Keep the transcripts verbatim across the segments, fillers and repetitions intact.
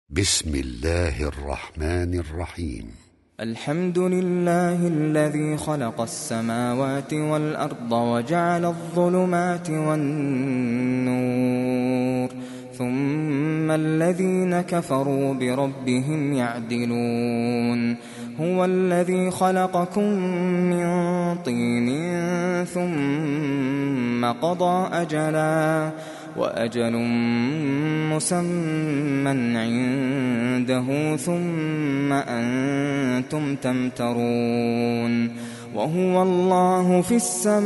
بسم الله الرحمن الرحيم. الحمد لله الذي خلق السماوات والأرض وجعل الظلمات والنور ثم الذين كفروا بربهم يعدلون. هو الذي خلقكم من طين ثم قضى أجلا وأجل مسمى عنده ثم أنتم تمترون. وهو الله في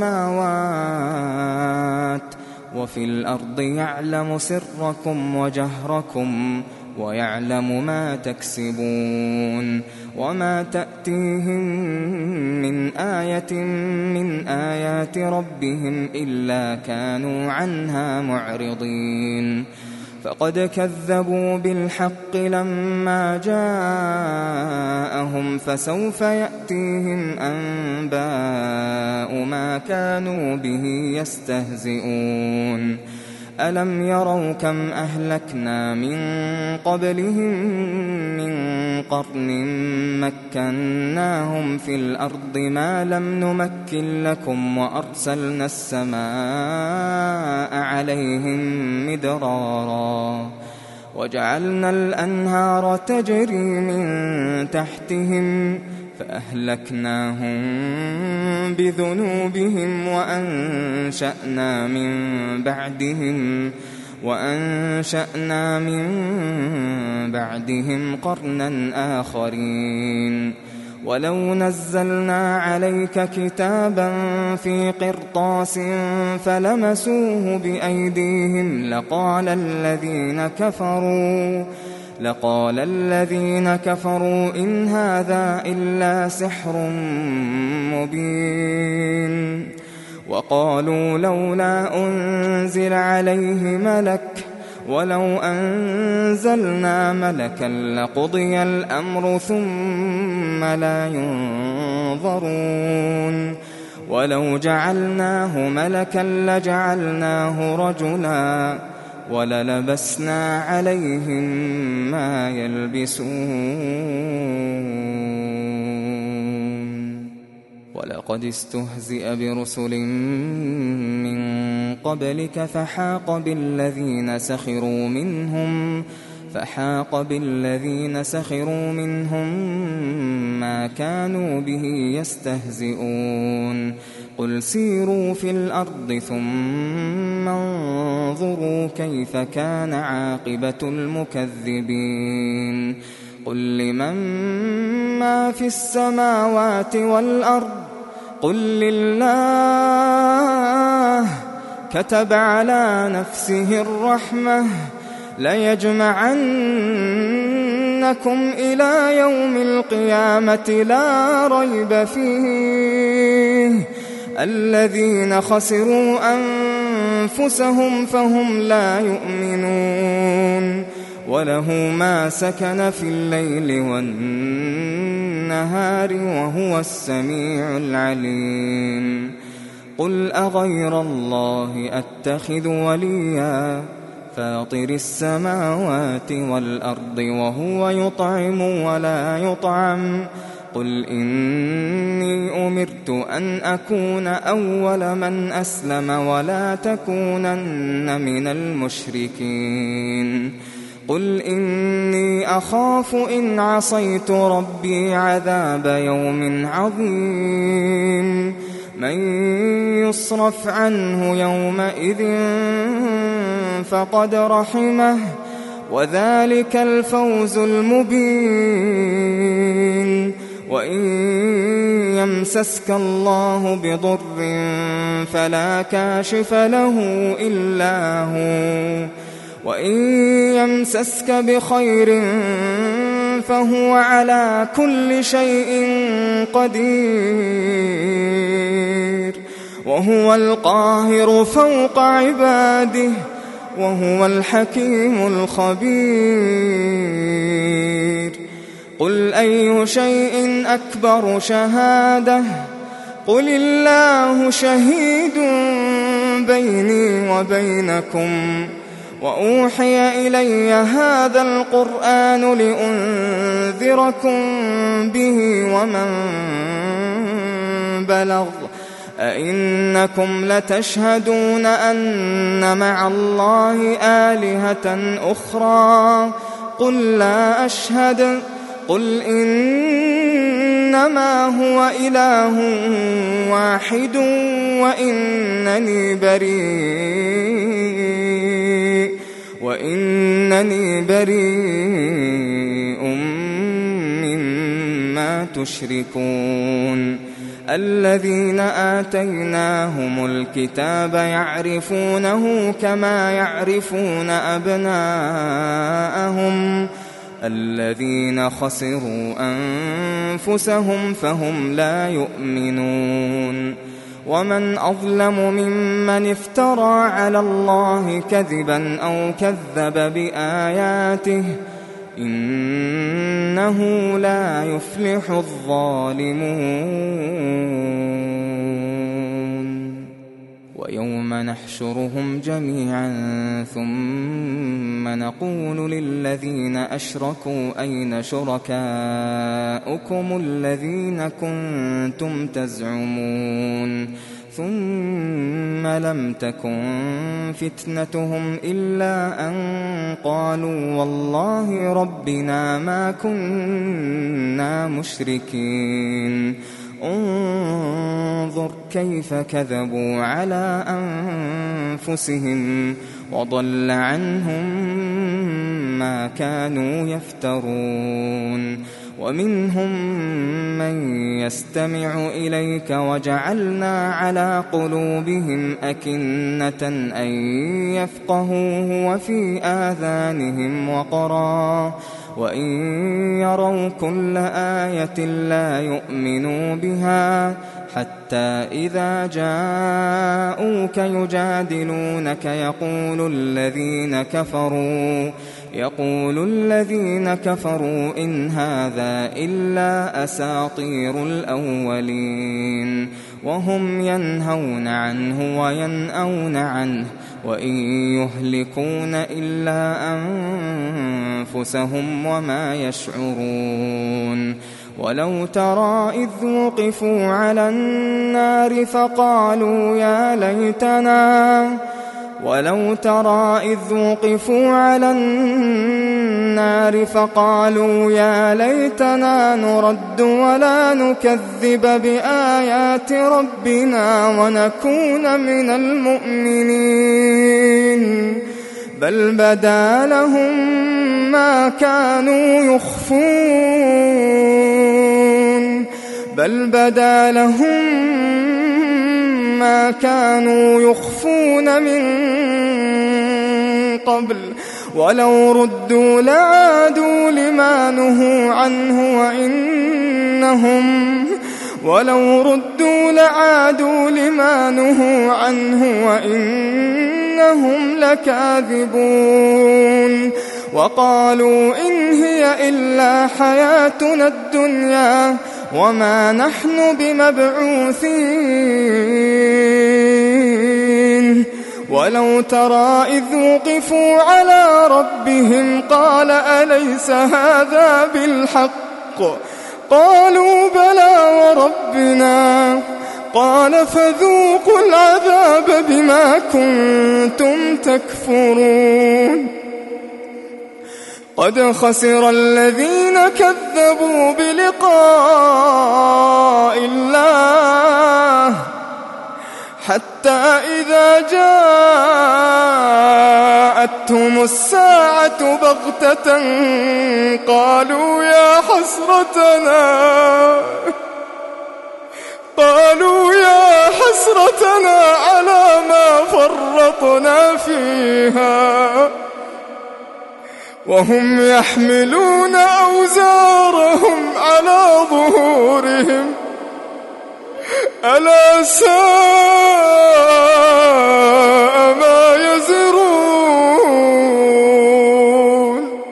السماوات وفي الأرض يعلم سركم وجهركم ويعلم ما تكسبون. وما تأتيهم من آية من آيات ربهم إلا كانوا عنها معرضين. فقد كذبوا بالحق لما جاءهم فسوف يأتيهم أنباء ما كانوا به يستهزئون. ألم يروا كم أهلكنا من قبلهم من قرن مكناهم في الأرض ما لم نمكن لكم وأرسلنا السماء عليهم مدرارا وجعلنا الأنهار تجري من تحتهم فأهلكناهم بذنوبهم وأنشأنا من بعدهم وأنشأنا من بعدهم قرنا آخرين. ولو نزلنا عليك كتابا في قرطاس فلمسوه بأيديهم لقال الذين كفروا لقال الذين كفروا إن هذا إلا سحر مبين. وقالوا لولا أنزل عليه ملك ولو أنزلنا ملكا لقضي الأمر ثم لا ينظرون. ولو جعلناه ملكا لجعلناه رجلا وللبسنا عليهم ما يلبسون. ولقد استهزئ برسل من قبلك فحاق بالذين سخروا منهم فحاق بالذين سخروا منهم ما كانوا به يستهزئون. قل سيروا في الأرض ثم انظروا كيف كان عاقبة المكذبين. قل لمن ما في السماوات والأرض قل لله كتب على نفسه الرحمة ليجمعنكم إلى يوم القيامة لا ريب فيه الذين خسروا أنفسهم فهم لا يؤمنون. وله ما سكن في الليل والنهار وهو السميع العليم. قل أغير الله أتخذ وليا فاطر السماوات والأرض وهو يطعم ولا يطعم قل إني أمرت أن أكون أول من أسلم ولا تكونن من المشركين. قل إني أخاف إن عصيت ربي عذاب يوم عظيم. من يصرف عنه يومئذ فقد رحمه وذلك الفوز المبين. وإن يمسسك الله بضر فلا كاشف له إلا هو وإن يمسسك بخير فهو على كل شيء قدير. وهو القاهر فوق عباده وهو الحكيم الخبير. قل أي شيء أكبر شهادة قل الله شهيد بيني وبينكم وأوحي إلي هذا القرآن لأنذركم به ومن بلغ أئنكم لتشهدون أن مع الله آلهة أخرى قل لا أشهد قل إنما هو إله واحد وإنني بريء وإنني بريء مما تشركون الذين آتيناهم الكتاب يعرفونه كما يعرفون أبناءهم الذين خسروا أنفسهم فهم لا يؤمنون ومن أظلم ممن افترى على الله كذبا أو كذب بآياته إنه لا يفلح الظالمون ويوم نحشرهم جميعا ثم نقول للذين أشركوا أين شركاؤكم الذين كنتم تزعمون ثم لم تكن فتنتهم إلا أن قالوا والله ربنا ما كنا مشركين انظر كيف كذبوا على أنفسهم وضل عنهم ما كانوا يفترون ومنهم من يستمع إليك وجعلنا على قلوبهم أكنة أن يفقهوه وفي آذانهم وقرا وإن يروا كل آية لا يؤمنوا بها حتى إذا جاءوك يجادلونك يقول الذين كفروا يقول الذين كفروا إن هذا إلا أساطير الأولين وهم ينهون عنه وينأون عنه وإن يهلكون إلا أنفسهم وما يشعرون ولو ترى إذ وقفوا على النار فقالوا يا ليتنا ولو ترى إذ وقفوا على النار فقالوا يا ليتنا نرد ولا نكذب بآيات ربنا ونكون من المؤمنين بل بدا لهم ما كانوا يخفون بل بدا لهم ما كانوا يخفون من قبل ولو ردوا لعادوا لما نهوا عنه وإنهم ولو ردوا لعادوا لما نهوا عنه وإنهم لكاذبون وقالوا إن هي إلا حياتنا الدنيا وما نحن بمبعوثين ولو ترى إذ وقفوا على ربهم قال أليس هذا بالحق قالوا بلى وربنا قال فذوقوا العذاب بما كنتم تكفرون قد خسر الذين كذبوا بلقاء الله حتى إذا جاءتهم الساعة بغتة قالوا يا حسرتنا قالوا يا حسرتنا على ما فرطنا فيها وهم يحملون أوزارهم على ظهورهم ألا ساء ما يزرون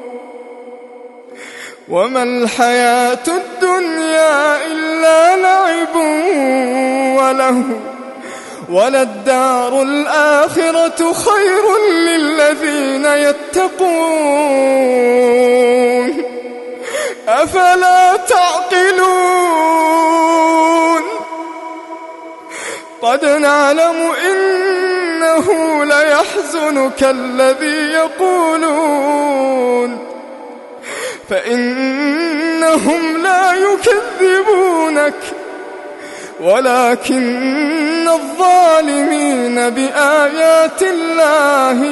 وما الحياة الدنيا إلا لعب وله وللدار الآخرة خير للذين يتقون أفلا تعقلون قد نعلم إنه ليحزنك الذي يقولون فإنهم لا يكذبونك ولكن الظالمين بآيات الله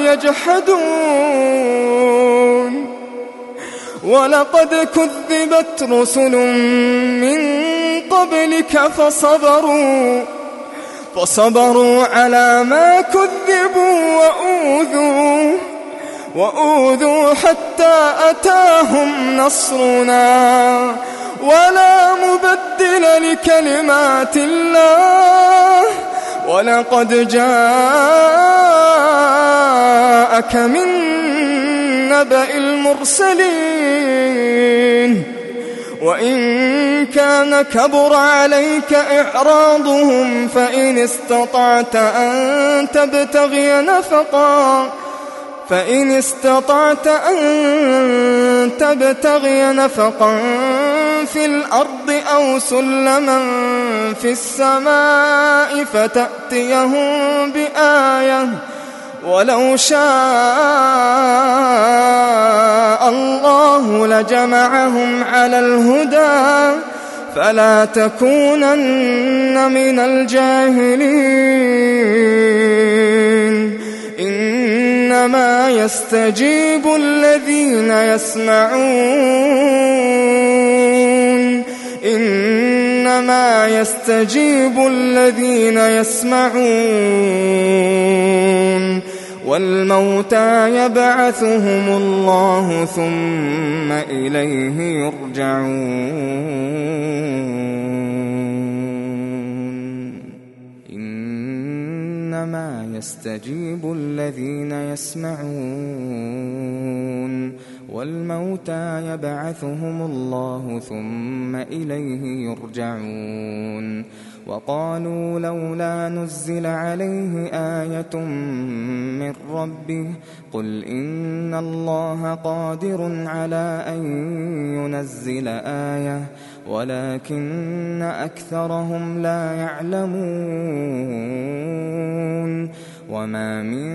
يجحدون ولقد كذبت رسل من قبلك فصبروا فصبروا على ما كذبوا وأوذوا وأوذوا حتى أتاهم نصرنا ولا مبدل لكلمات الله ولقد جاءك من نبأ المرسلين وإن كان كبر عليك إعراضهم فإن استطعت أن تبتغي نفقا فإن استطعت أن تبتغي نفقا في الأرض أو سلما في السماء فتأتيهم بآية ولو شاء الله لجمعهم على الهدى فلا تكونن من الجاهلين إنما يستجيب الذين يسمعون إنما يستجيب الذين يسمعون والموتى يبعثهم الله ثم إليه يرجعون إنما يستجيب الذين يسمعون والموتى يبعثهم الله ثم إليه يرجعون وقالوا لولا نزل عليه آية من ربه قل إن الله قادر على أن ينزل آية ولكن أكثرهم لا يعلمون وما من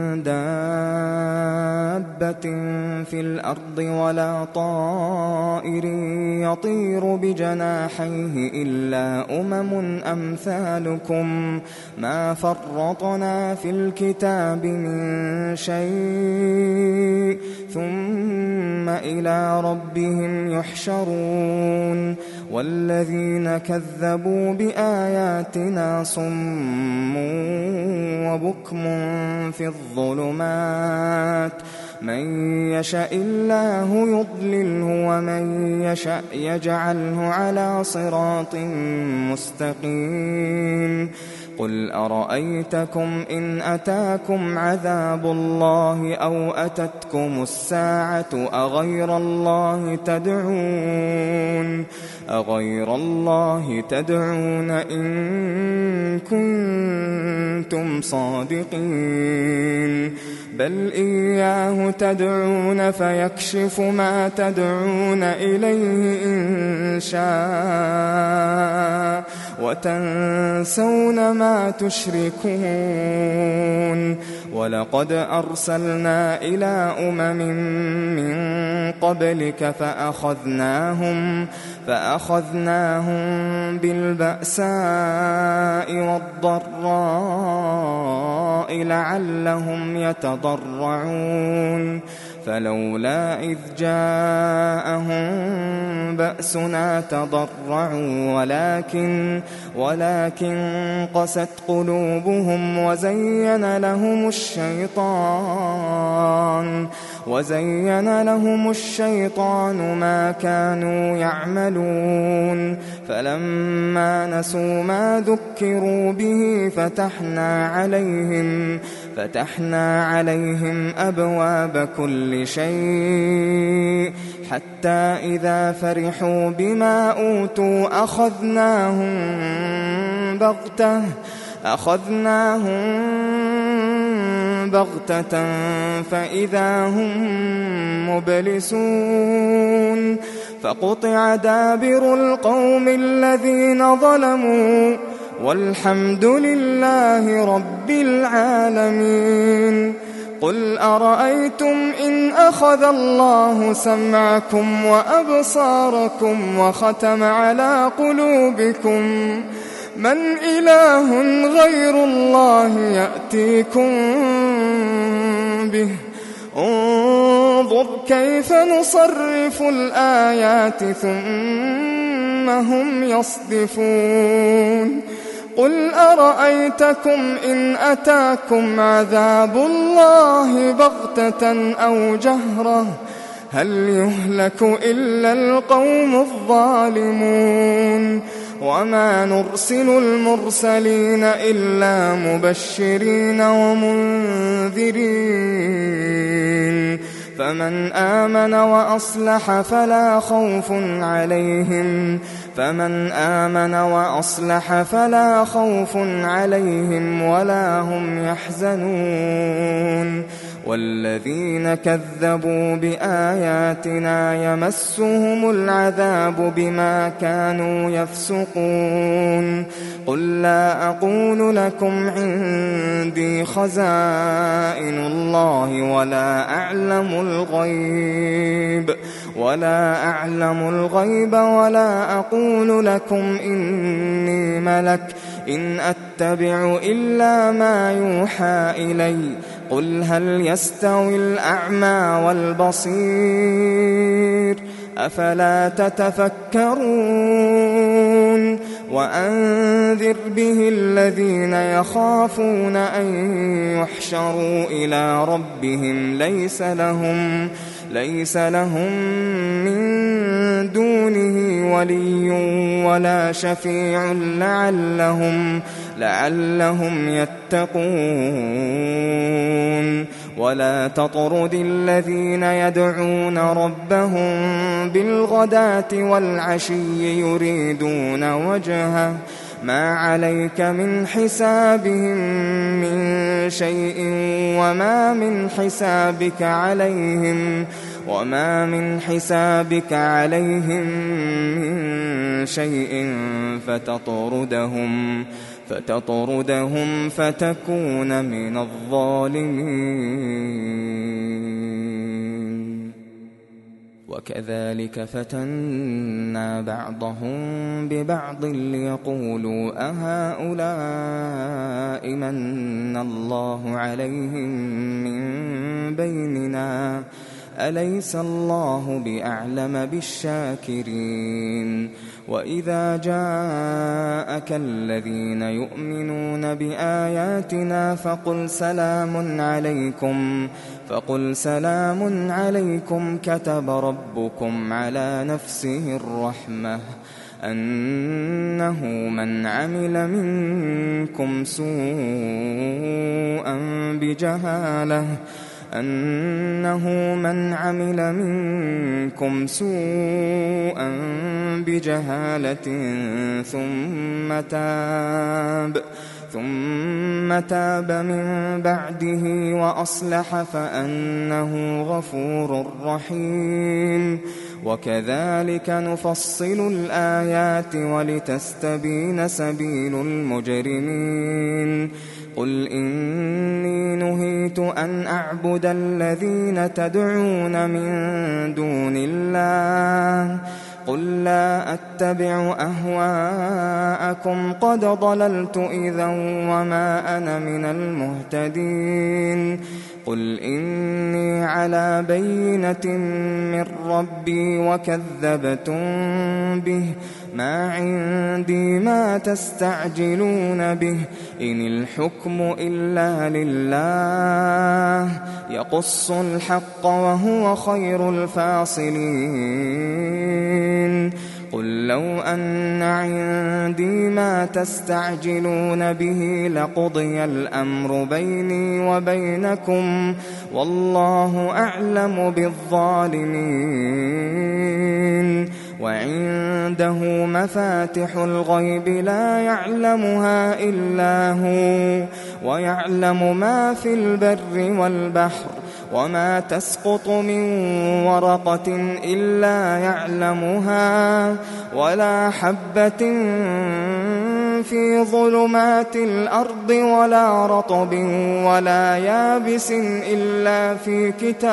دابة في الأرض ولا طائر يطير بجناحيه إلا أمم أمثالكم ما فرطنا في الكتاب من شيء ثم إلى ربهم يحشرون والذين كذبوا بآياتنا صم وبكم في الظلمات من يشاء الله يضلله ومن يشاء يجعله على صراط مستقيم قل أرأيتكم إن أتاكم عذاب الله أو أتتكم الساعة أغير الله تدعون أغير الله تدعون إن كنتم صادقين بل إياه تدعون فيكشف ما تدعون إليه إن شاء وتنسون ما تشركون ولقد أرسلنا إلى أمم من قبلك فأخذناهم فأخذناهم بالبأساء والضراء لعلهم يتضرعون فلولا إذ جاءهم بأسنا تضرعوا ولكن ولكن قست قلوبهم وزين لهم الشيطان وزين لهم الشيطان ما كانوا يعملون فلما نسوا ما ذكروا به فتحنا عليهم فتحنا عليهم أبواب كل شيء حتى إذا فرحوا بما أوتوا أخذناهم بغتة أخذناهم بغتة فإذا هم مبلسون فقطع دابر القوم الذين ظلموا والحمد لله رب العالمين. قل أرأيتم إن أخذ الله سمعكم وأبصاركم وختم على قلوبكم من إله غير الله يأتيكم به انظر كيف نصرف الآيات ثم هم يصدفون. قل أرأيتكم إن أتاكم عذاب الله بغتة أو جهرة هل يهلك إلا القوم الظالمون. وما نرسل المرسلين إلا مبشرين ومنذرين فمن آمن وأصلح فلا خوف عليهم فمن آمن وأصلح فلا خوف عليهم ولا هم يحزنون. والذين كذبوا بآياتنا يمسهم العذاب بما كانوا يفسقون. قل لا أقول لكم عندي خزائن الله ولا أعلم الغيب ولا أعلم الغيب ولا أقول لكم إني ملك إن أتبع إلا ما يوحى إلي. قل هل يستوي الأعمى والبصير أفلا تتفكرون. وأنذر به الذين يخافون أن يحشروا إلى ربهم ليس لهم ليس لهم من دونه ولي ولا شفيع لعلهم لعلهم يتقون. ولا تطرد الذين يدعون ربهم بالغداة والعشي يريدون وجهه ما عليك من حسابهم من شيء وما من حسابك عليهم وما من حسابك عليهم من شيء فتطردهم فتطردهم فتكون من الظالمين. وكذلك فتنا بعضهم ببعض ليقولوا أهؤلاء من الله عليهم من بيننا أليس الله بأعلم بالشاكرين. وإذا جاءك الذين يؤمنون بآياتنا فقل سلام عليكم فقل سلام عليكم كتب ربكم على نفسه الرحمة أنه من عمل منكم سوءا بجهالة أنه من عمل منكم سوءا بجهالة ثم تاب ثم تاب من بعده وأصلح فأنه غفور رحيم. وكذلك نفصل الآيات ولتستبين سبيل المجرمين. قل إني نهيت أن أعبد الذين تدعون من دون الله قل لا أتبع أهواءكم قد ضللت إذا وما أنا من المهتدين. قل إني على بينة من ربي وكذبتم به ما عندي ما تستعجلون به إن الحكم إلا لله يقص الحق وهو خير الفاصلين. قل لو أن عندي ما تستعجلون به لقضي الأمر بيني وبينكم والله أعلم بالظالمين. وعنده عنده مفاتح الغيب لا يعلمها إلا هو ويعلم ما في البر والبحر وما تسقط من ورقة إلا يعلمها ولا حبة في ظلمات الأرض ولا رطب ولا يابس إلا في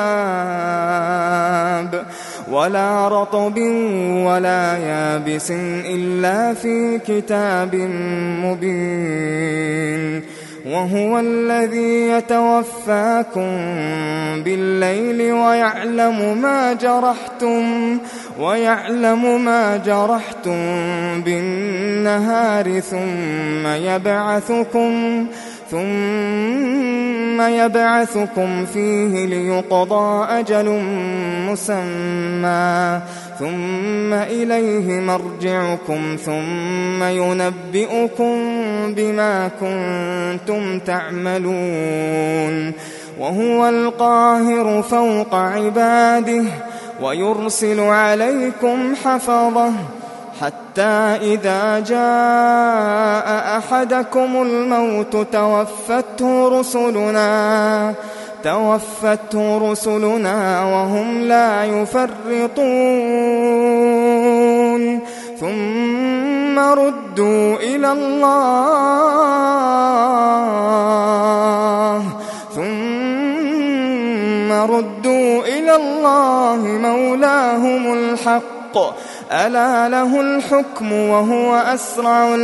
كتاب ولا رطب ولا يابس إلا في كتاب مبين. وهو الذي يتوفاكم بالليل ويعلم ما جرحتم ويعلم ما جرحتم بالنهار ثم يبعثكم ثم يبعثكم فيه ليقضى أجل مسمى ثم إليه مرجعكم ثم ينبئكم بما كنتم تعملون. وهو القاهر فوق عباده ويرسل عليكم حفظه حتى إذا جاء أحدكم الموت توفته رسلنا توفته رسلنا وهم لا يفرطون ثم ردوا إلى الله ثم ردوا إلى الله مولاهم الحق ألا له الحكم وهو أسرع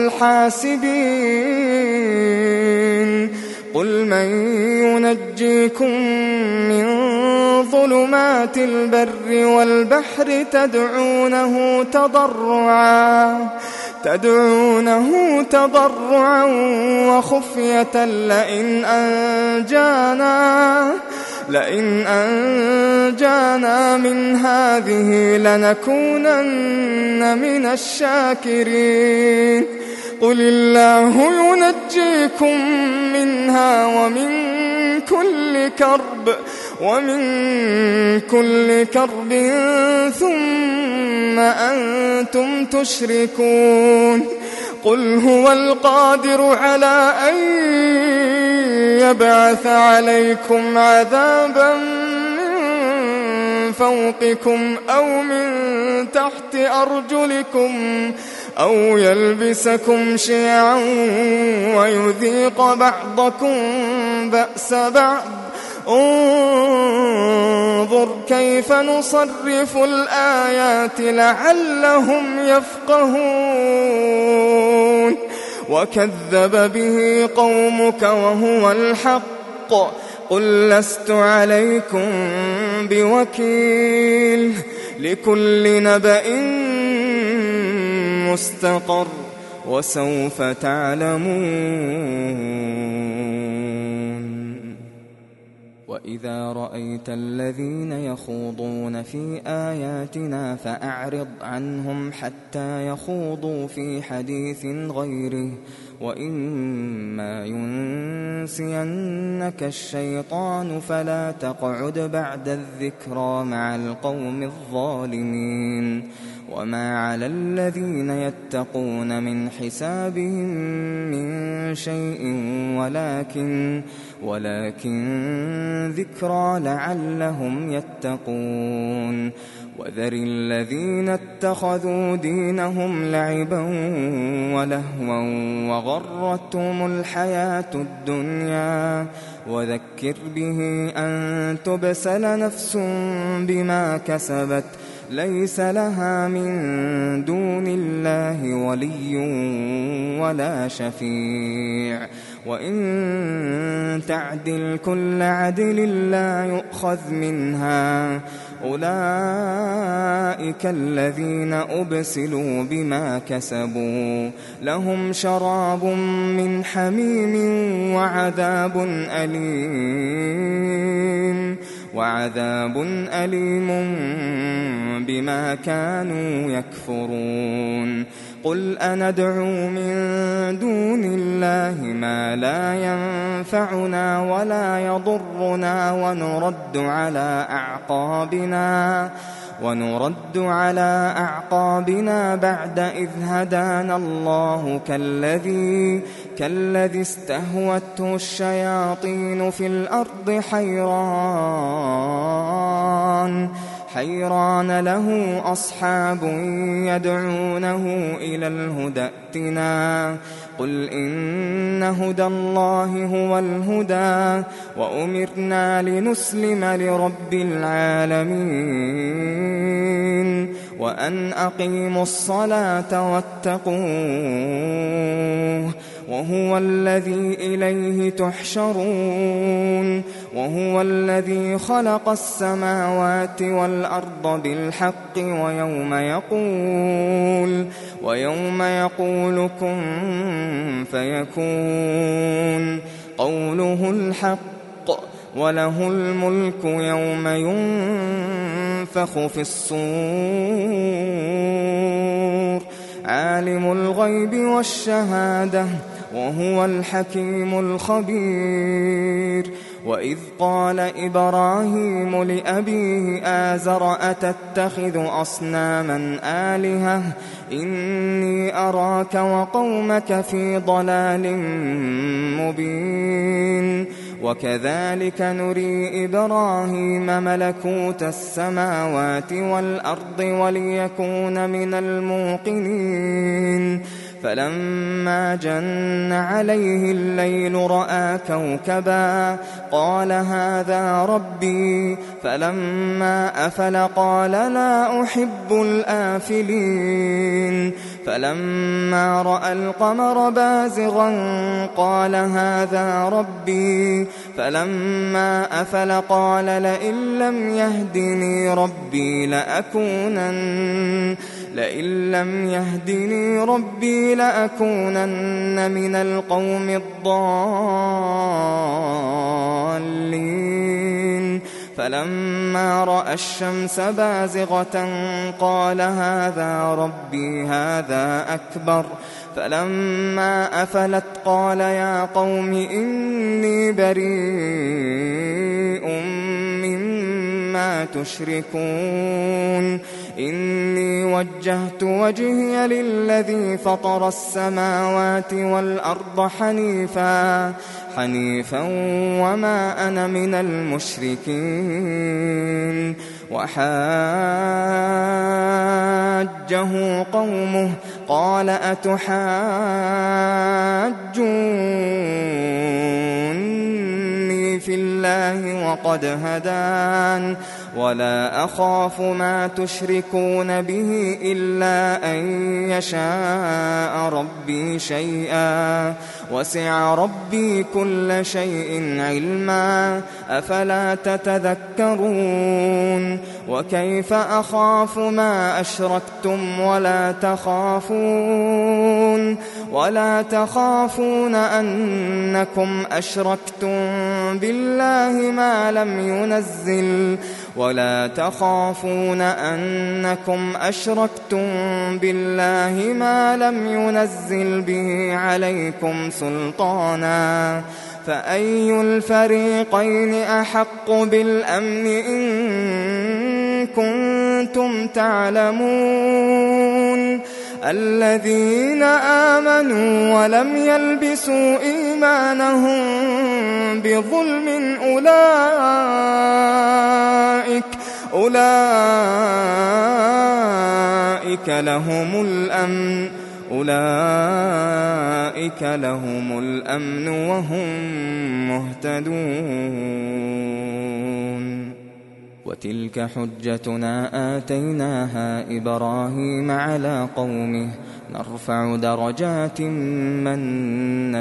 الحاسبين. قل من ينجيكم من ظلمات البر والبحر تدعونه تضرعا تدعونه تضرعا وخفية لئن أنجانا لئن أنجانا من هذه لنكونن من الشاكرين. قل الله ينجيكم منها ومن كل كرب ومن كل كرب ثم أنتم تشركون. قل هو القادر على أن يبعث عليكم عذابا من فوقكم أو من تحت أرجلكم أو يلبسكم شيعا ويذيق بعضكم بأس بعض. انظر كيف نصرف الآيات لعلهم يفقهون. وكذب به قومك وهو الحق قل لست عليكم بوكيل لكل نبأ مستقر وسوف تعلمون. وإذا رأيت الذين يخوضون في آياتنا فأعرض عنهم حتى يخوضوا في حديث غيره وإما ينسينك الشيطان فلا تقعد بعد الذكرى مع القوم الظالمين. وما على الذين يتقون من حسابهم من شيء ولكن ولكن ذكرى لعلهم يتقون. وذر الذين اتخذوا دينهم لعبا ولهوا وغرتهم الحياة الدنيا وذكر به أن تبسل نفس بما كسبت ليس لها من دون الله ولي ولا شفيع. وإن تعدل كل عدل لا يؤخذ منها أولئك الذين أبسلوا بما كسبوا لهم شراب من حميم وعذاب أليم وعذاب أليم بما كانوا يكفرون. قل أندعو من دون الله ما لا ينفعنا ولا يضرنا ونرد على أعقابنا ونرد على أعقابنا بعد إذ هدانا الله كالذي كالذي استهوته الشياطين في الأرض حيران حيران له أصحاب يدعونه إلى الهدى ائتنا قل إن هدى الله هو الهدى وأمرنا لنسلم لرب العالمين وأن أقيموا الصلاة واتقوه وهو الذي إليه تحشرون وهو الذي خلق السماوات والأرض بالحق ويوم يقول ويوم يقول كن فيكون قوله الحق وله الملك يوم ينفخ في الصور عالم الغيب والشهادة وهو الحكيم الخبير وإذ قال إبراهيم لأبيه آزر أتتخذ أصناما آلهة إني أراك وقومك في ضلال مبين وكذلك نري إبراهيم ملكوت السماوات والأرض وليكون من الموقنين فلما جن عليه الليل رأى كوكبا قال هذا ربي فلما أفل قال لا أحب الآفلين فلما رأى القمر بازغا قال هذا ربي فلما أفل قال لئن لم يهدني ربي لأكونن لئن لم يهدني ربي لأكونن من القوم الضالين فلما رأى الشمس بازغة قال هذا ربي هذا أكبر فلما أفلت قال يا قوم إني بريء مما تشركون إني وجهت وجهي للذي فطر السماوات والأرض حنيفا حنيفا وما أنا من المشركين وحاجه قومه قال أتحاجوني في الله وقد هدان ولا أخاف ما تشركون به إلا أن يشاء ربي شيئا وسع ربي كل شيء علما أفلا تتذكرون وكيف أخاف ما أشركتم ولا تخافون ولا تخافون أنكم أشركتم بالله ما لم ينزل ولا تخافون أنكم أشركتم بالله ما لم ينزل به عليكم سلطانا فأي الفريقين أحق بالأمن إن كنتم تعلمون الذين آمنوا ولم يلبسوا إيمانهم بظلم أولئك أولئك لهم الأمن أولئك لهم الأمن وهم مهتدون وتلك حجتنا آتيناها إبراهيم على قومه نرفع درجات من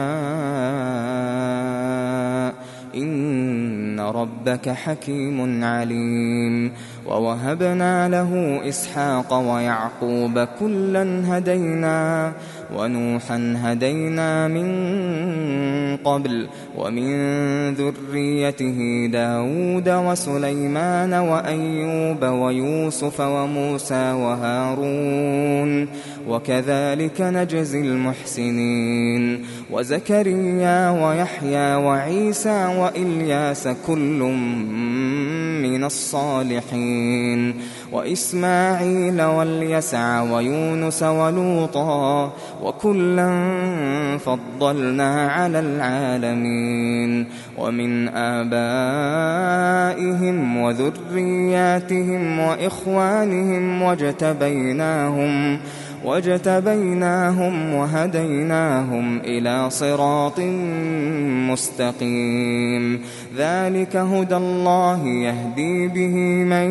نشاء إن ربك حكيم عليم ووهبنا له إسحاق ويعقوب كلا هدينا ونوحا هدينا من قبل ومن ذريته داود وسليمان وأيوب ويوسف وموسى وهارون وكذلك نجزي المحسنين وزكريا ويحيى وعيسى وإلياس كل من الصالحين وإسماعيل واليسع ويونس ولوطا وكلا فضلنا على العالمين ومن آبائهم وذرياتهم وإخوانهم واجتبيناهم واجتبيناهم وهديناهم إلى صراط مستقيم ذلك هدى الله يهدي به من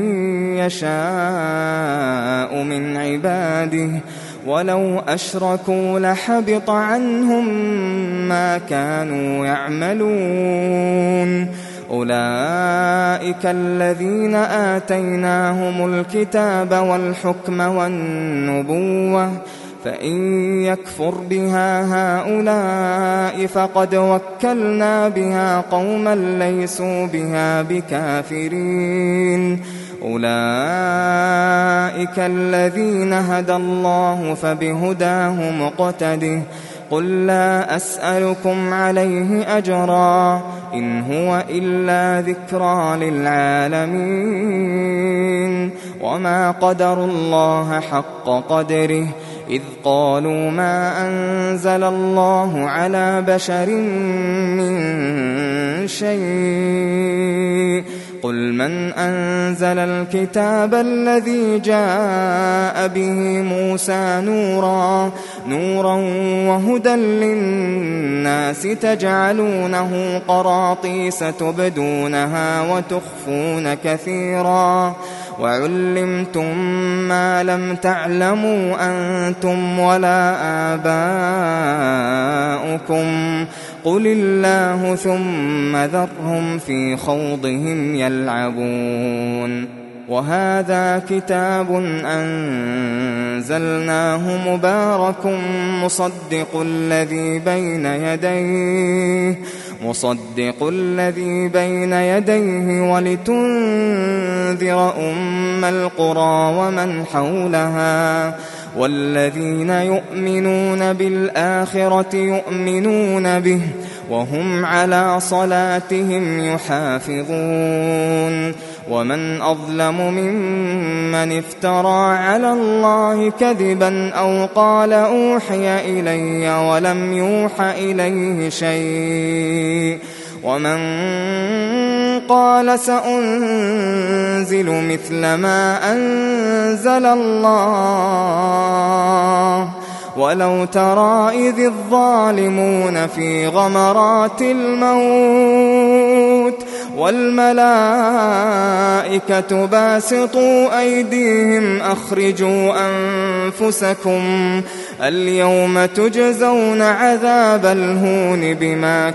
يشاء من عباده ولو أشركوا لحبط عنهم ما كانوا يعملون أولئك الذين آتيناهم الكتاب والحكم والنبوة فإن يكفر بها هؤلاء فقد وكلنا بها قوما ليسوا بها بكافرين أولئك الذين هدى الله فبهداه مقتده قل لا أسألكم عليه أجرا إن هو إلا ذكرى للعالمين وما قدروا الله حق قدره إذ قالوا ما أنزل الله على بشر من شيء قل من أنزل الكتاب الذي جاء به موسى نورا نورا وهدى للناس تجعلونه قراطيس تبدونها وتخفون كثيرا وعلمتم ما لم تعلموا أنتم ولا آباؤكم قل الله ثم ذرهم في خوضهم يلعبون وهذا كتاب أنزلناه مبارك مصدق الذي بين يديه مصدق الذي بين يديه ولتنذر أم القرى ومن حولها والذين يؤمنون بالآخرة يؤمنون به وهم على صلاتهم يحافظون ومن أظلم ممن افترى على الله كذبا أو قال أوحي إلي ولم يوح إليه شيء ومن قال سأنزل مثل ما أنزل الله ولو ترى إذ الظالمون في غمرات الموت والملائكة باسطوا أيديهم أخرجوا أنفسكم اليوم تجزون عذاب الهون بما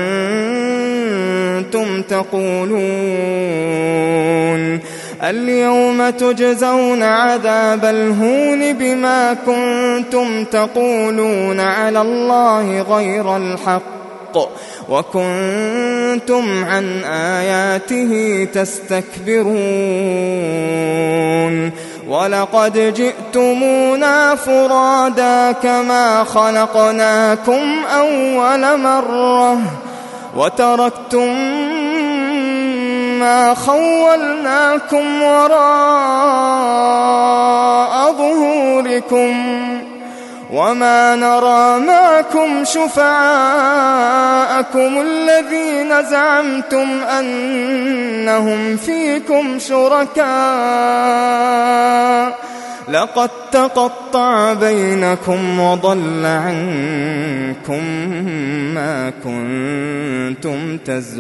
كنتم تقولون اليوم تجزون عذاب الهون بما كنتم تقولون على الله غير الحق وكنتم عن آياته تستكبرون ولقد جئتمونا فرادا كما خلقناكم أول مرة وتركتم ما خولناكم وراء ظهوركم وما نرى معكم شفعاءكم الذين زعمتم أنهم فيكم شركاء لقد تقطع بينكم وضل عنكم ما كنتم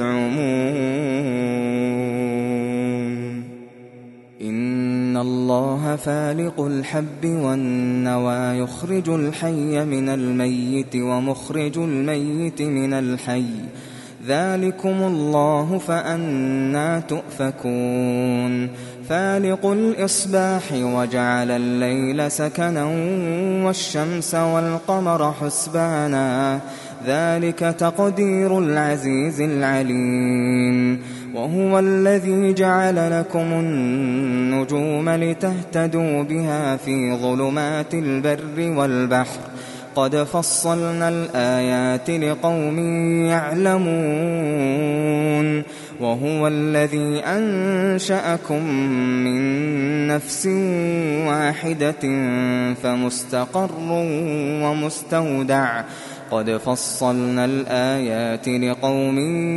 تزعمون إن الله فالق الحب والنوى يخرج الحي من الميت ومخرج الميت من الحي ذلكم الله فأنى تؤفكون فالق الإصباح وجعل الليل سكنا والشمس والقمر حسبانا ذلك تقدير العزيز العليم وهو الذي جعل لكم النجوم لتهتدوا بها في ظلمات البر والبحر قد فصلنا الآيات لقوم يعلمون وهو الذي أنشأكم من نفس واحدة فمستقر ومستودع قد فصلنا الآيات لقوم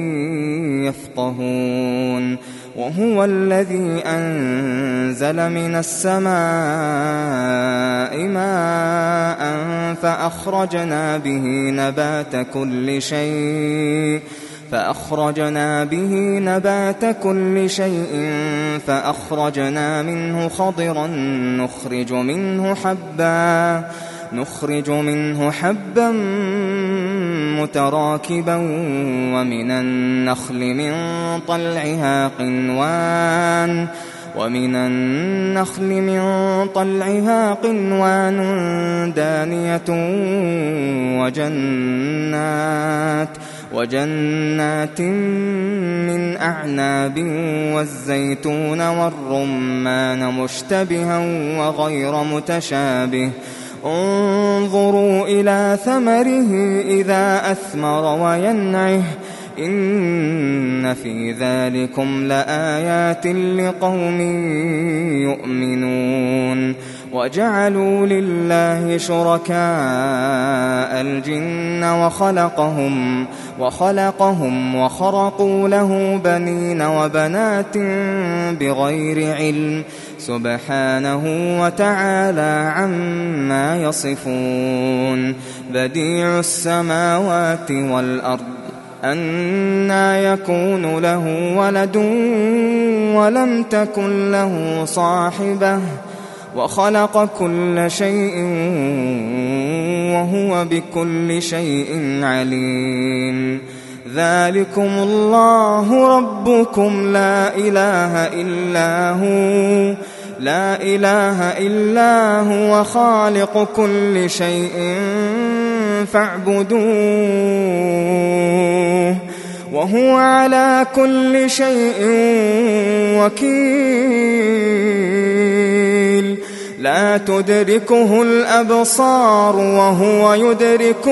يفقهون وهو الذي أنزل من السماء ماء فأخرجنا به نبات كل شيء فأخرجنا به نبات كل شيء فأخرجنا منه خضرا نخرج منه حبا نخرج منه حبا متراكبا ومن النخل من طلعها قنوان ومن النخل من طلعها قنوان دانية وجنات وجنات من أعناب والزيتون والرمان مشتبها وغير متشابه انظروا إلى ثمره إذا أثمر وينعه إن في ذلكم لآيات لقوم يؤمنون وجعلوا لله شركاء الجن وخلقهم وخلقهم وخرقوا له بنين وبنات بغير علم سبحانه وتعالى عما يصفون بديع السماوات والأرض أنى يكون له ولد ولم تكن له صاحبة وخلق كل شيء وهو بكل شيء عليم ذلكم الله ربكم لا إله إلا هو لا إله إلا هو خالق كل شيء فاعبدوه وهو على كل شيء وكيل لا تدركه الأبصار وهو يدرك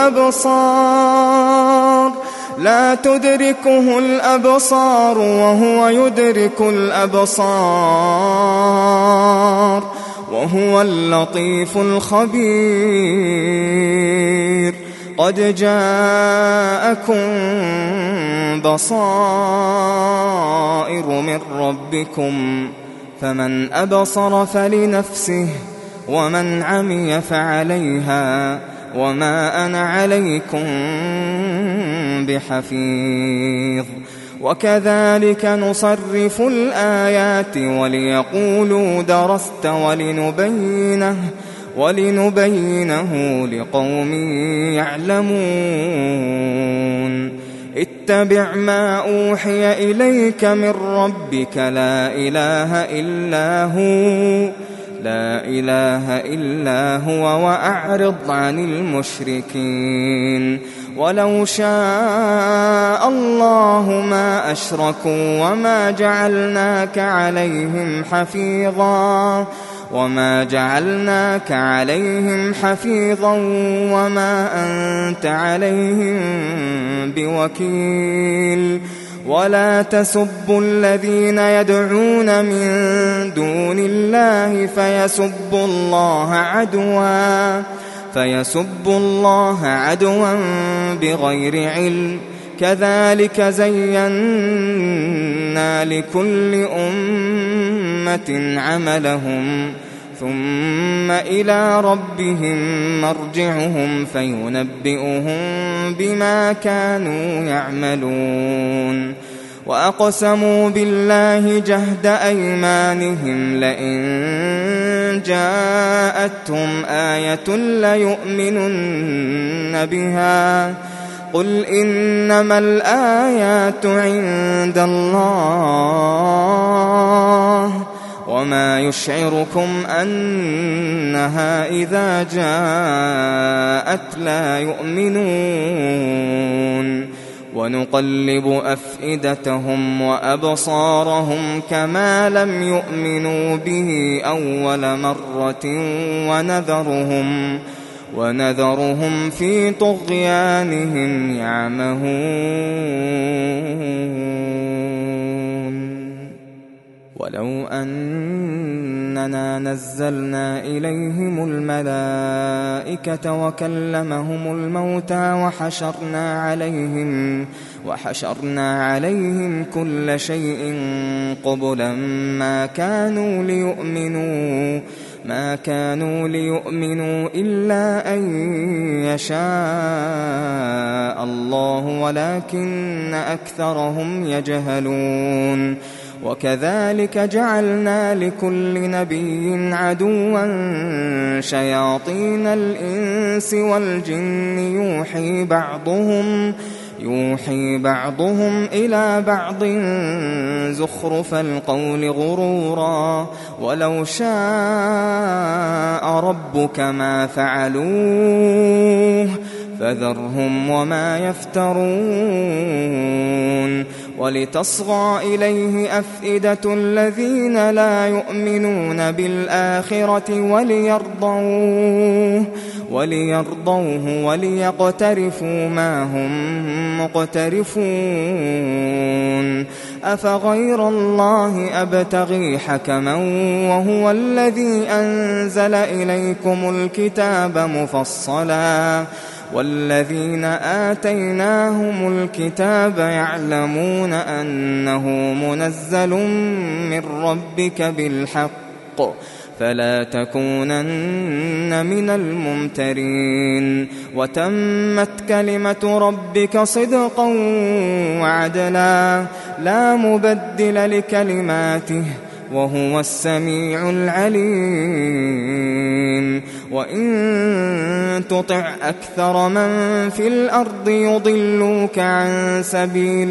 الأبصار لا تدركه الأبصار وهو يدرك الأبصار وهو اللطيف الخبير قد جاءكم بصائر من ربكم فمن أبصر فلنفسه ومن عمي فعليها وما أنا عليكم بحفيظ وكذلك نصرف الآيات وليقولوا درست ولنبينه ولنبينه لقوم يعلمون اتبع ما أوحي إليك من ربك لا إله إلا هو لا إله إلا هو وأعرض عن المشركين ولو شاء الله ما أشركوا وما جعلناك عليهم حفيظا وما جعلناك عليهم حفيظا وما أنت عليهم بوكيل ولا تسبوا الذين يدعون من دون الله فيسبوا الله عدوا فيسبوا الله عدوا بغير علم كذلك زينا لكل أمة عملهم ثم إلى ربهم مرجعهم فينبئهم بما كانوا يعملون وأقسموا بالله جهد أيمانهم لئن جاءتهم آية ليؤمنن بها قل إنما الآيات عند الله وما يشعركم أنها إذا جاءت لا يؤمنون ونقلب أفئدتهم وأبصارهم كما لم يؤمنوا به أول مرة ونذرهم ونذرهم في طغيانهم يعمهون ولو أننا نزلنا إليهم الملائكة وكلمهم الموتى وحشرنا عليهم وحشرنا عليهم كل شيء قبلا ما كانوا ليؤمنوا ما كانوا ليؤمنوا إلا أن يشاء الله ولكن أكثرهم يجهلون وكذلك جعلنا لكل نبي عدوا شياطين الإنس والجن يوحي بعضهم يوحي بعضهم إلى بعض زخرف القول غرورا ولو شاء ربك ما فعلوه فذرهم وما يفترون ولتصغى إليه أفئدة الذين لا يؤمنون بالآخرة وليرضوه وليرضوه وليقترفوا ما هم مقترفون أفغير الله أبتغي حكما وهو الذي أنزل إليكم الكتاب مفصلا والذين آتيناهم الكتاب يعلمون أنه منزل من ربك بالحق فلا تكونن من الممترين وتمت كلمة ربك صدقا وعدلا لا مبدل لكلماته وهو السميع العليم وإن تطع أكثر من في الأرض يضلوك عن سبيل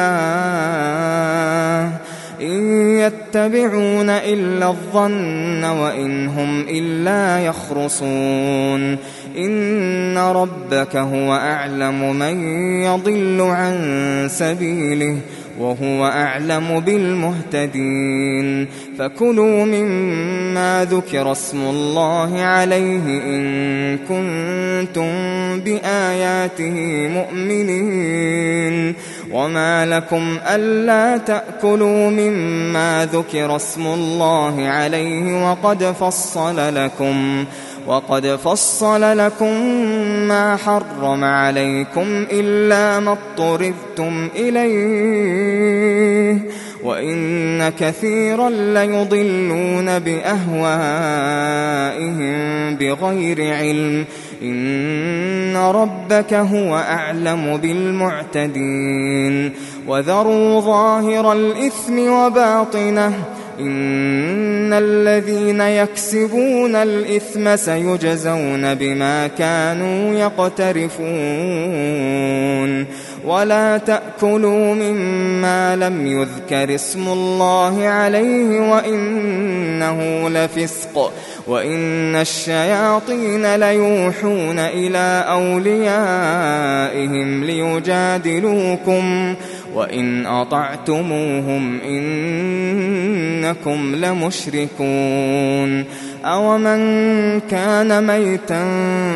الله إن يتبعون إلا الظن وإن هم إلا يخرصون إن ربك هو أعلم من يضل عن سبيله وهو أعلم بالمهتدين فكلوا مما ذكر اسم الله عليه إن كنتم بآياته مؤمنين وما لكم ألا تأكلوا مما ذكر اسم الله عليه وقد فصل لكم وقد فصل لكم ما حرم عليكم إلا ما اضطررتم إليه وإن كثيرا ليضلون بأهوائهم بغير علم إن ربك هو أعلم بالمعتدين وذروا ظاهر الإثم وباطنه إن الذين يكسبون الإثم سيجزون بما كانوا يقترفون ولا تأكلوا مما لم يذكر اسم الله عليه وإنه لفسق وإن الشياطين ليوحون إلى أوليائهم ليجادلوكم وإن أطعتموهم إنكم لمشركون أومن كان ميتا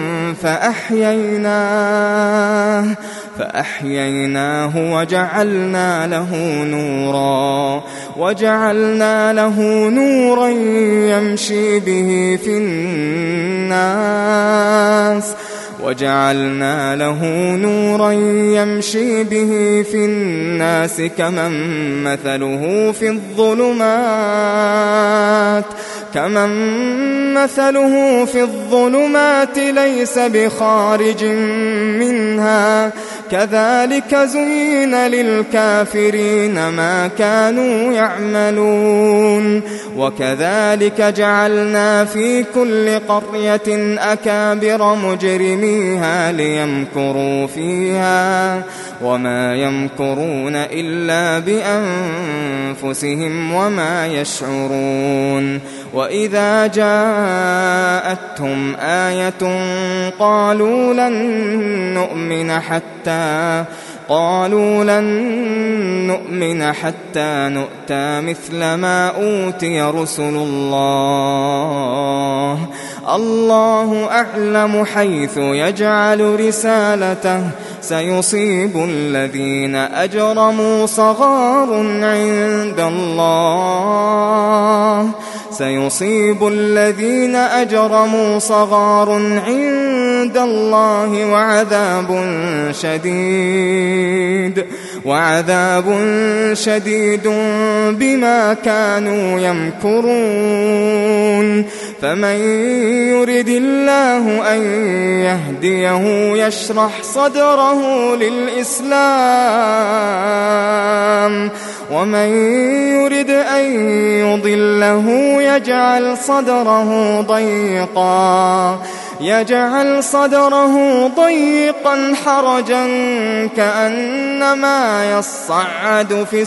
فأحييناه فأحييناه وجعلنا له نورا وجعلنا له نورا يمشي به في الناس وجعلنا له نورا يمشي به في الناس كمن مثله في الظلمات كمن مثله في الظلمات ليس بخارج منها كذلك زين للكافرين ما كانوا يعملون وكذلك جعلنا في كل قرية أكابر مجرميها ليمكروا فيها وما يمكرون إلا بأنفسهم وما يشعرون وإذا جاءتهم آية قالوا لن نؤمن حتى قالوا لن نؤمن حتى نؤتى مثل ما أوتي رسل الله الله أعلم حيث يجعل رسالته سيصيب الذين أجرموا صغار عند الله سيصيب الذين أجرموا صغار عند الله وعذاب شديد وعذاب شديد بما كانوا يمكرون فمن يرد الله أن يهديه يشرح صدره للإسلام ومن يرد أن يضله يجعل صدره ضيقا يجعل صدره ضيقا حرجا كأنما يصعد في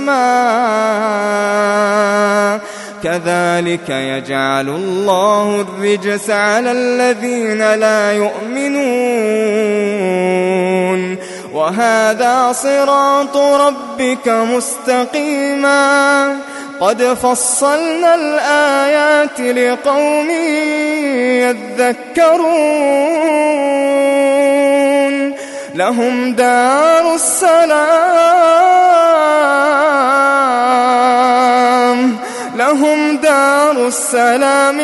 السماء كذلك يجعل الله الرجس على الذين لا يؤمنون وهذا صراط ربك مستقيما قد فصلنا الآيات لقوم يذكرون لهم دار السلام لهم دار السلام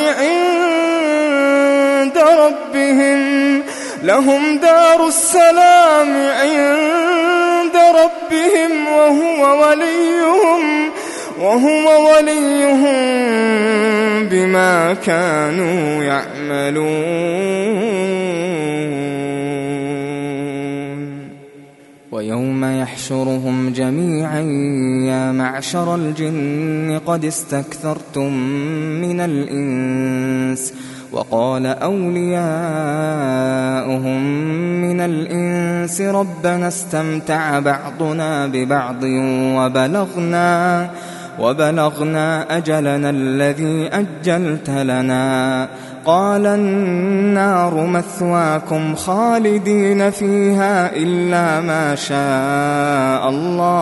عند ربهم لهم دار السلام عند ربهم وهو وليهم وهو وليهم بما كانوا يعملون ويوم يحشرهم جميعا يا معشر الجن قد استكثرتم من الإنس وقال أولياؤهم من الإنس ربنا استمتع بعضنا ببعض وبلغنا وبلغنا أجلنا الذي أجلت لنا قال النار مثواكم خالدين فيها إلا ما شاء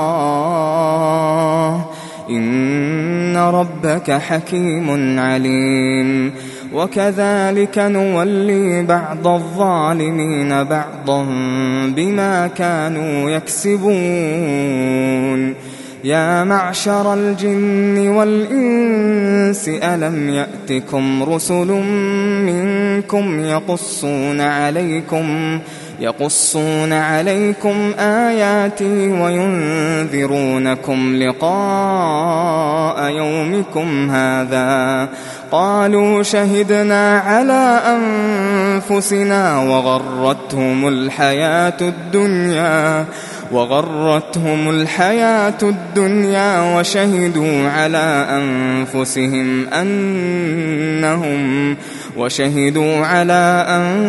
الله إن ربك حكيم عليم وكذلك نولي بعض الظالمين بعضا بما كانوا يكسبون يا معشر الجن والإنس ألم يأتكم رسل منكم يقصون عليكم يقصون عليكم آياتي وينذرونكم لقاء يومكم هذا قالوا شهدنا على أنفسنا وغرتهم الحياة الدنيا وغرتهم الحياة الدنيا وشهدوا على أنفسهم أنهم وشهدوا على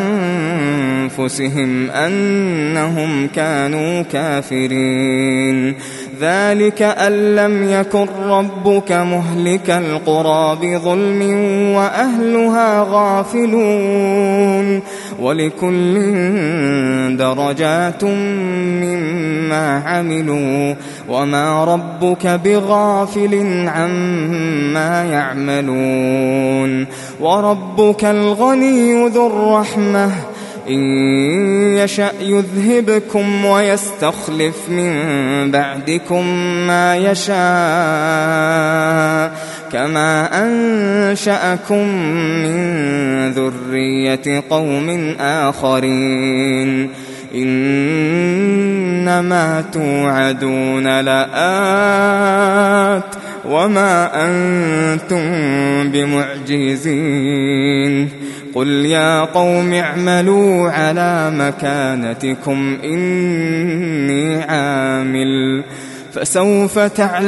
أنفسهم أنهم كانوا كافرين ذلك أن لم يكن ربك مهلك القرى بظلم وأهلها غافلون ولكل درجات مما عملوا وما ربك بغافل عما يعملون وربك الغني ذو الرحمة إن يشأ يذهبكم ويستخلف من بعدكم ما يشاء كما أنشأكم من ذرية قوم آخرين إنما توعدون لآت وما أنتم بمعجزين قل يا قوم اعملوا على مكانتكم إني عامل فسوف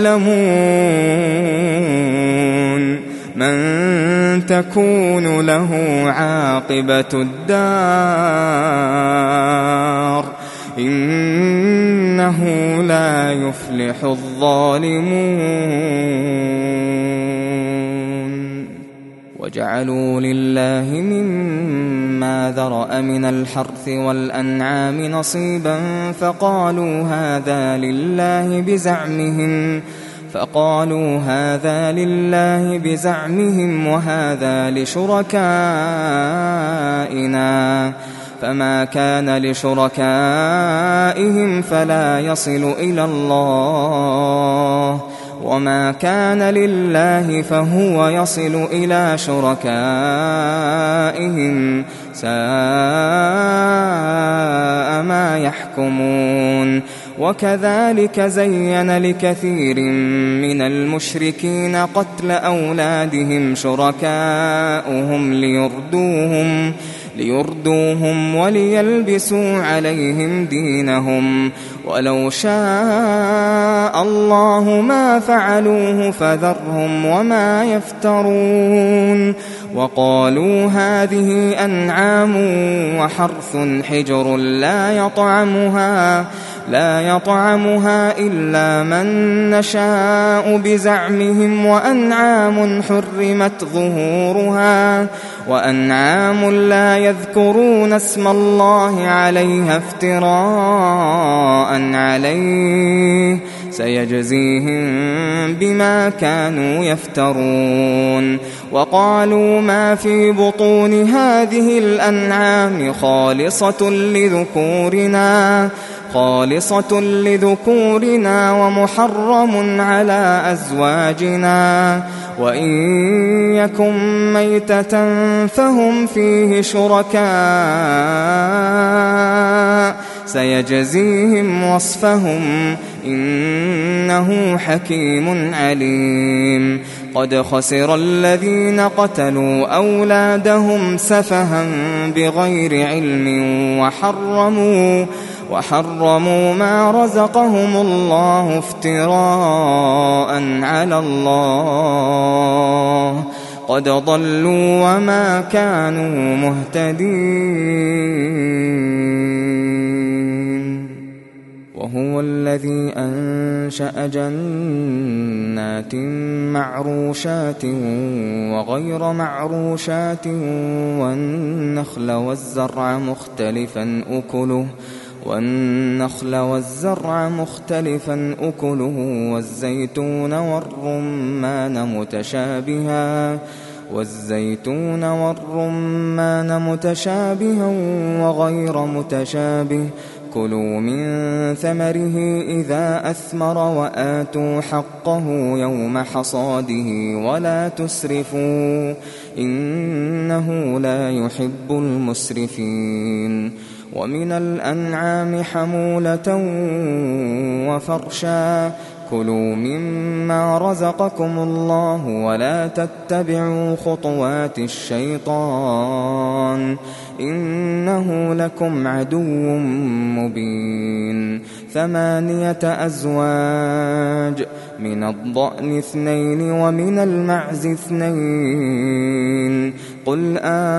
تعلمون من تكون له عاقبة الدار إنه لا يفلح الظالمون وجعلوا لله مما ذرأ من الحرث والأنعام نصيبا فقالوا هذا لله بزعمهم فقالوا هذا لله بزعمهم وهذا لشركائنا فما كان لشركائهم فلا يصل إلى الله وما كان لله فهو يصل إلى شركائهم ساء ما يحكمون. وكذلك زين لكثير من المشركين قتل أولادهم شركاؤهم ليردوهم ليردوهم وليلبسوا عليهم دينهم ولو شاء الله ما فعلوه فذرهم وما يفترون. وقالوا هذه أنعام وحرث حجر لا يطعمها لا يطعمها إلا من نشاء بزعمهم وأنعام حرمت ظهورها وأنعام لا يذكرون اسم الله عليها افتراء عليه سيجزيهم بما كانوا يفترون. وقالوا ما في بطون هذه الأنعام خالصة لذكورنا خالصة لذكورنا ومحرم على أزواجنا وإن يكن ميتة فهم فيه شركاء سيجزيهم وصفهم إنه حكيم عليم. قد خسر الذين قتلوا أولادهم سفها بغير علم وحرموا وحرموا ما رزقهم الله افتراء على الله قد ضلوا وما كانوا مهتدين. وهو الذي أنشأ جنات معروشات وغير معروشات والنخل والزرع مختلفا أكله والنخل والزرع مختلفا أكله والزيتون والرمان متشابها والزيتون والرمان متشابها وغير متشابه كلوا من ثمره إذا أثمر وآتوا حقه يوم حصاده ولا تسرفوا إنه لا يحب المسرفين. ومن الأنعام حمولة وفرشا كلوا مما رزقكم الله ولا تتبعوا خطوات الشيطان إنه لكم عدو مبين. ثمانية أزواج من الضأن اثنين ومن المعز اثنين قل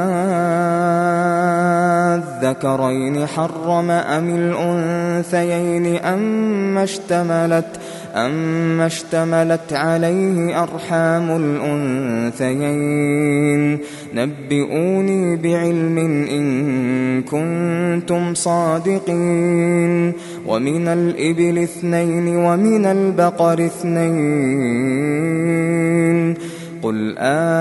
أذكرين حرم أم الأنثيين أما اشتملت أما اشتملت عليه أرحام الأنثيين نبئوني بعلم إن كنتم صادقين. ومن الإبل اثنين ومن البقر اثنين قل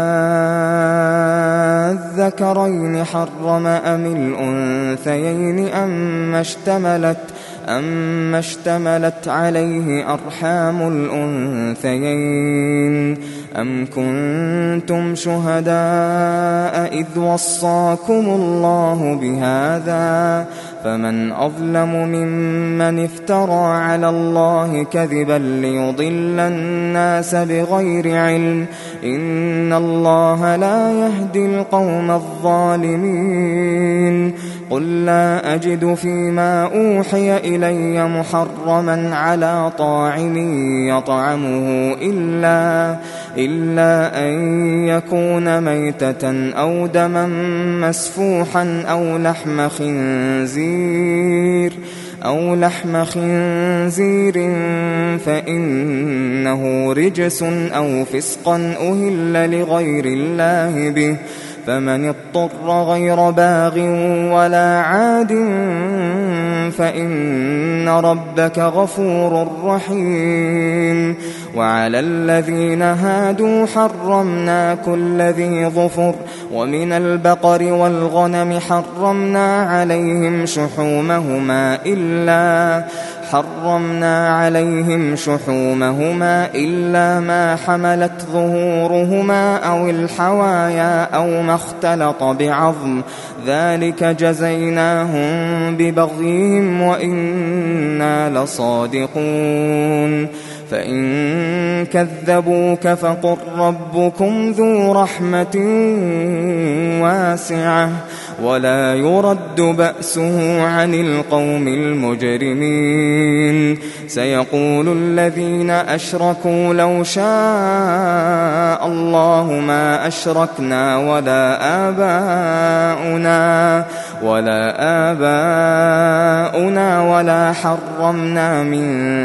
أذكرين حرم أم الأنثيين أما اشتملت أما اشتملت عليه أرحام الأنثيين أم كنتم شهداء إذ وصاكم الله بهذا فمن أظلم ممن افترى على الله كذبا ليضل الناس بغير علم إن الله لا يهدي القوم الظالمين. قل لا أجد فيما أوحي إلي محرما على طاعم يطعمه إلا, إلا أن يكون ميتة أو دما مسفوحا أو لحم خنزير أو لحم خنزير فإنه رجس أو فسقا أهل لغير الله به فمن اضطر غير باغ ولا عاد فإن ربك غفور رحيم. وعلى الذين هادوا حرمنا كل ذي ظفر، ومن البقر والغنم حرمنا عليهم شحومهما إلا حرمنا عليهم شحومهما إلا ما حملت ظهورهما أو الحوايا أو ما اختلط بعظم، ذلك جزيناهم ببغيهم وإنا لصادقون. فإن كذبوك فقل ربكم ذو رحمة واسعة ولا يرد بأسه عن القوم المجرمين. سيقول الذين أشركوا لو شاء الله ما أشركنا ولا آباؤنا ولا آباؤنا ولا حرمنا من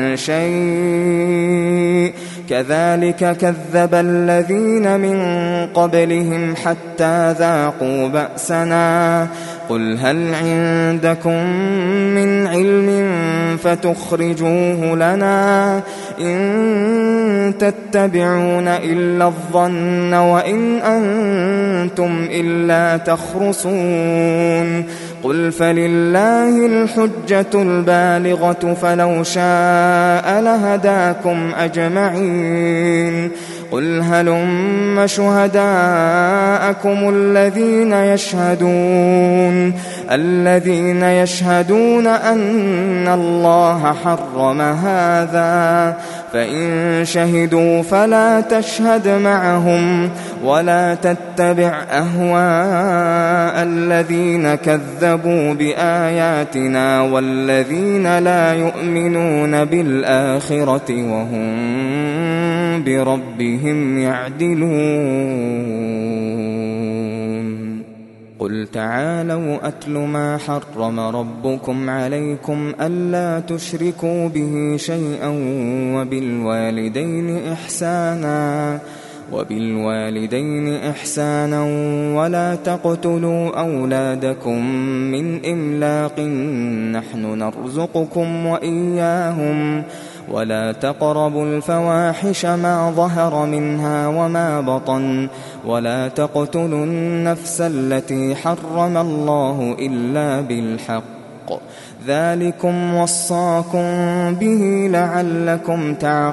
شيء كذلك كذب الذين من قبلهم حتى ذاقوا بأسنا. قل هل عندكم من علم فتخرجوه لنا إن تتبعون إلا الظن وإن أنتم إلا تخرصون. قل فلله الحجة البالغة فلو شاء لهداكم أجمعين. قل هلم شهداءكم الذين يشهدون الذين يشهدون أن الله حرم هذا، فإن شهدوا فلا تشهد معهم ولا تتبع أهواء الذين كذبوا بآياتنا والذين لا يؤمنون بالآخرة وهم بربهم يعدلون. قل تعالوا أتل ما حرم ربكم عليكم ألا تشركوا به شيئا وبالوالدين إحسانا وبالوالدين إحسانا ولا تقتلوا أولادكم من إملاق نحن نرزقكم وإياهم ولا تقربوا الفواحش ما ظهر منها وما بطن ولا تقتلوا النفس التي حرم الله إلا بالحق ذلكم وصاكم به لعلكم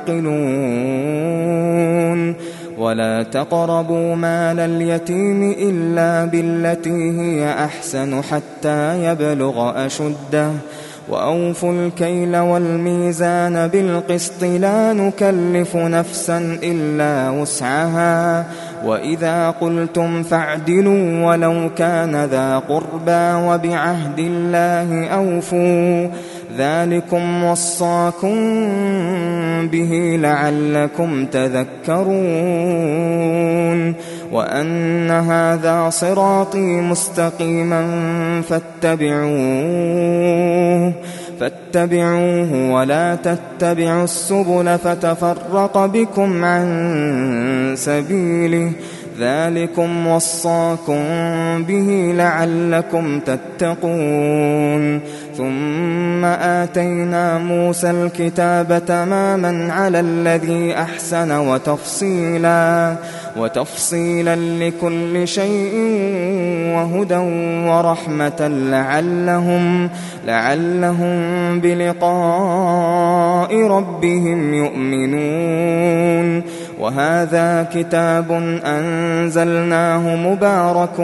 تعقلون. ولا تقربوا مال اليتيم إلا بالتي هي أحسن حتى يبلغ أشده وأوفوا الكيل والميزان بالقسط لا نكلف نفسا إلا وسعها وإذا قلتم فاعدلوا ولو كان ذا قربى وبعهد الله أوفوا ذلكم وصاكم به لعلكم تذكرون. وأن هذا صراطي مستقيما فاتبعوه فاتبعوه ولا تتبعوا السبل فتفرق بكم عن سبيله ذلكم وصاكم به لعلكم تتقون. ثم آتينا موسى الكتاب تماما على الذي أحسن وتفصيلا وتفصيلا لكل شيء وهدى ورحمة لعلهم لعلهم بلقاء ربهم يؤمنون. وهذا كتاب أنزلناه مبارك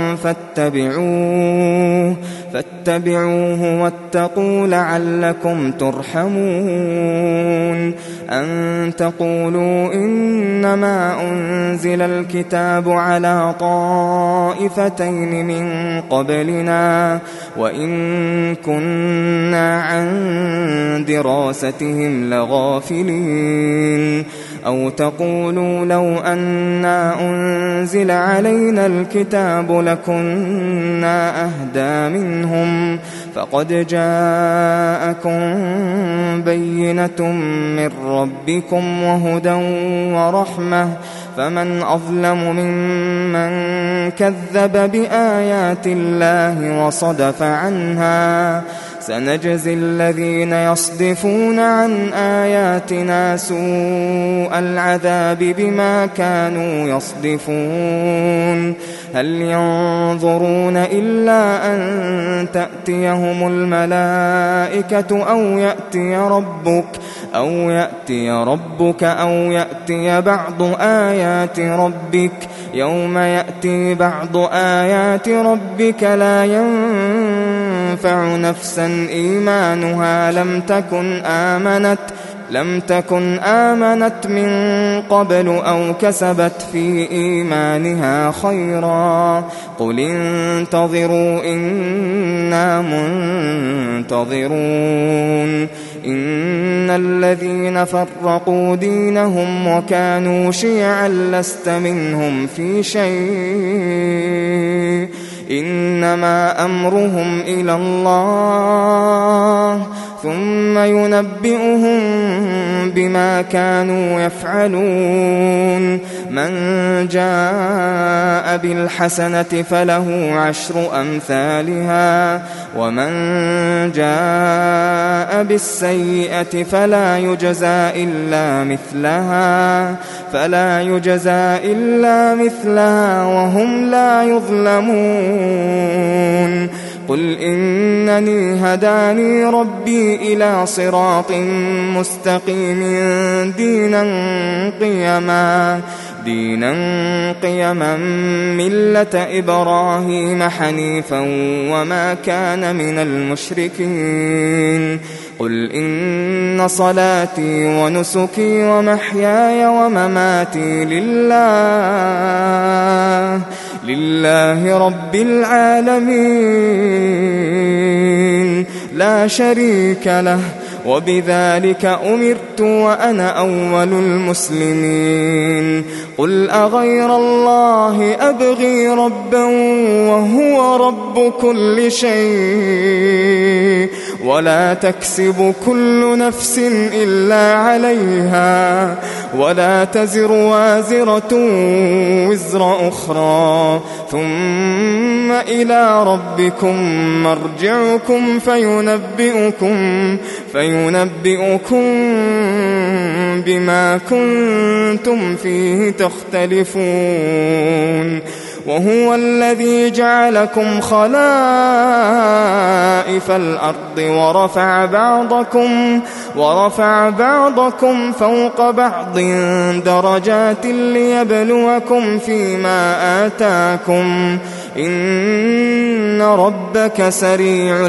فاتبعوه فاتبعوه واتقوا لعلكم ترحمون. أن تقولوا إنما أنزل الكتاب على طائفتين من قبلنا وإن كنا عن دراستهم لغافلين. أو تقولوا لو أنا أنزل علينا الكتاب لكنا أهدى منهم فقد جاءكم بينة من ربكم وهدى ورحمة فمن أظلم ممن كذب بآيات الله وصدف عنها سنجزي الذين يصدفون عن آياتنا سوء العذاب بما كانوا يصدفون هل ينظرون إلا أن تأتيهم الملائكة أو يأتي ربك أو يأتي ربك أو يأتي بعض آيات ربك يوم يأتي بعض آيات ربك لا ينفع نفسا إيمانها لم تكن آمنت لم تكن آمنت من قبل أو كسبت في إيمانها خيرا قل انتظروا إنا منتظرون إن الذين فرقوا دينهم وكانوا شيعا لست منهم في شيء إنما أمرهم إلى الله ثم ينبئهم بما كانوا يفعلون من جاء بالحسنة فله عشر أمثالها ومن جاء بالسيئة فلا يجزى إلا مثلها فلا يجزى إلا مثلها وهم لا يظلمون قل إنني هداني ربي إلى صراط مستقيم دينا قيما دينا قيما ملة إبراهيم حنيفا وما كان من المشركين قل إن صلاتي ونسكي ومحياي ومماتي لله لله رب العالمين لا شريك له وبذلك أمرت وأنا أول المسلمين قل أغير الله أبغي ربا وهو رب كل شيء ولا تكسب كل نفس إلا عليها ولا تزر وازرة وزر أخرى ثم إلى ربكم مرجعكم فينبئكم فينبئكم بما كنتم فيه تختلفون وهو الذي جعلكم خلائف الأرض ورفع بعضكم ورفع بعضكم فوق بعض درجات ليبلوكم فيما آتاكم إن ربك سريع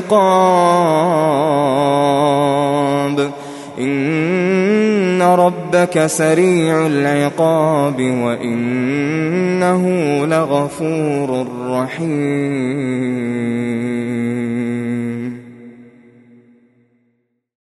العقاب إن ربك سريع العقاب وإنه لغفور رحيم.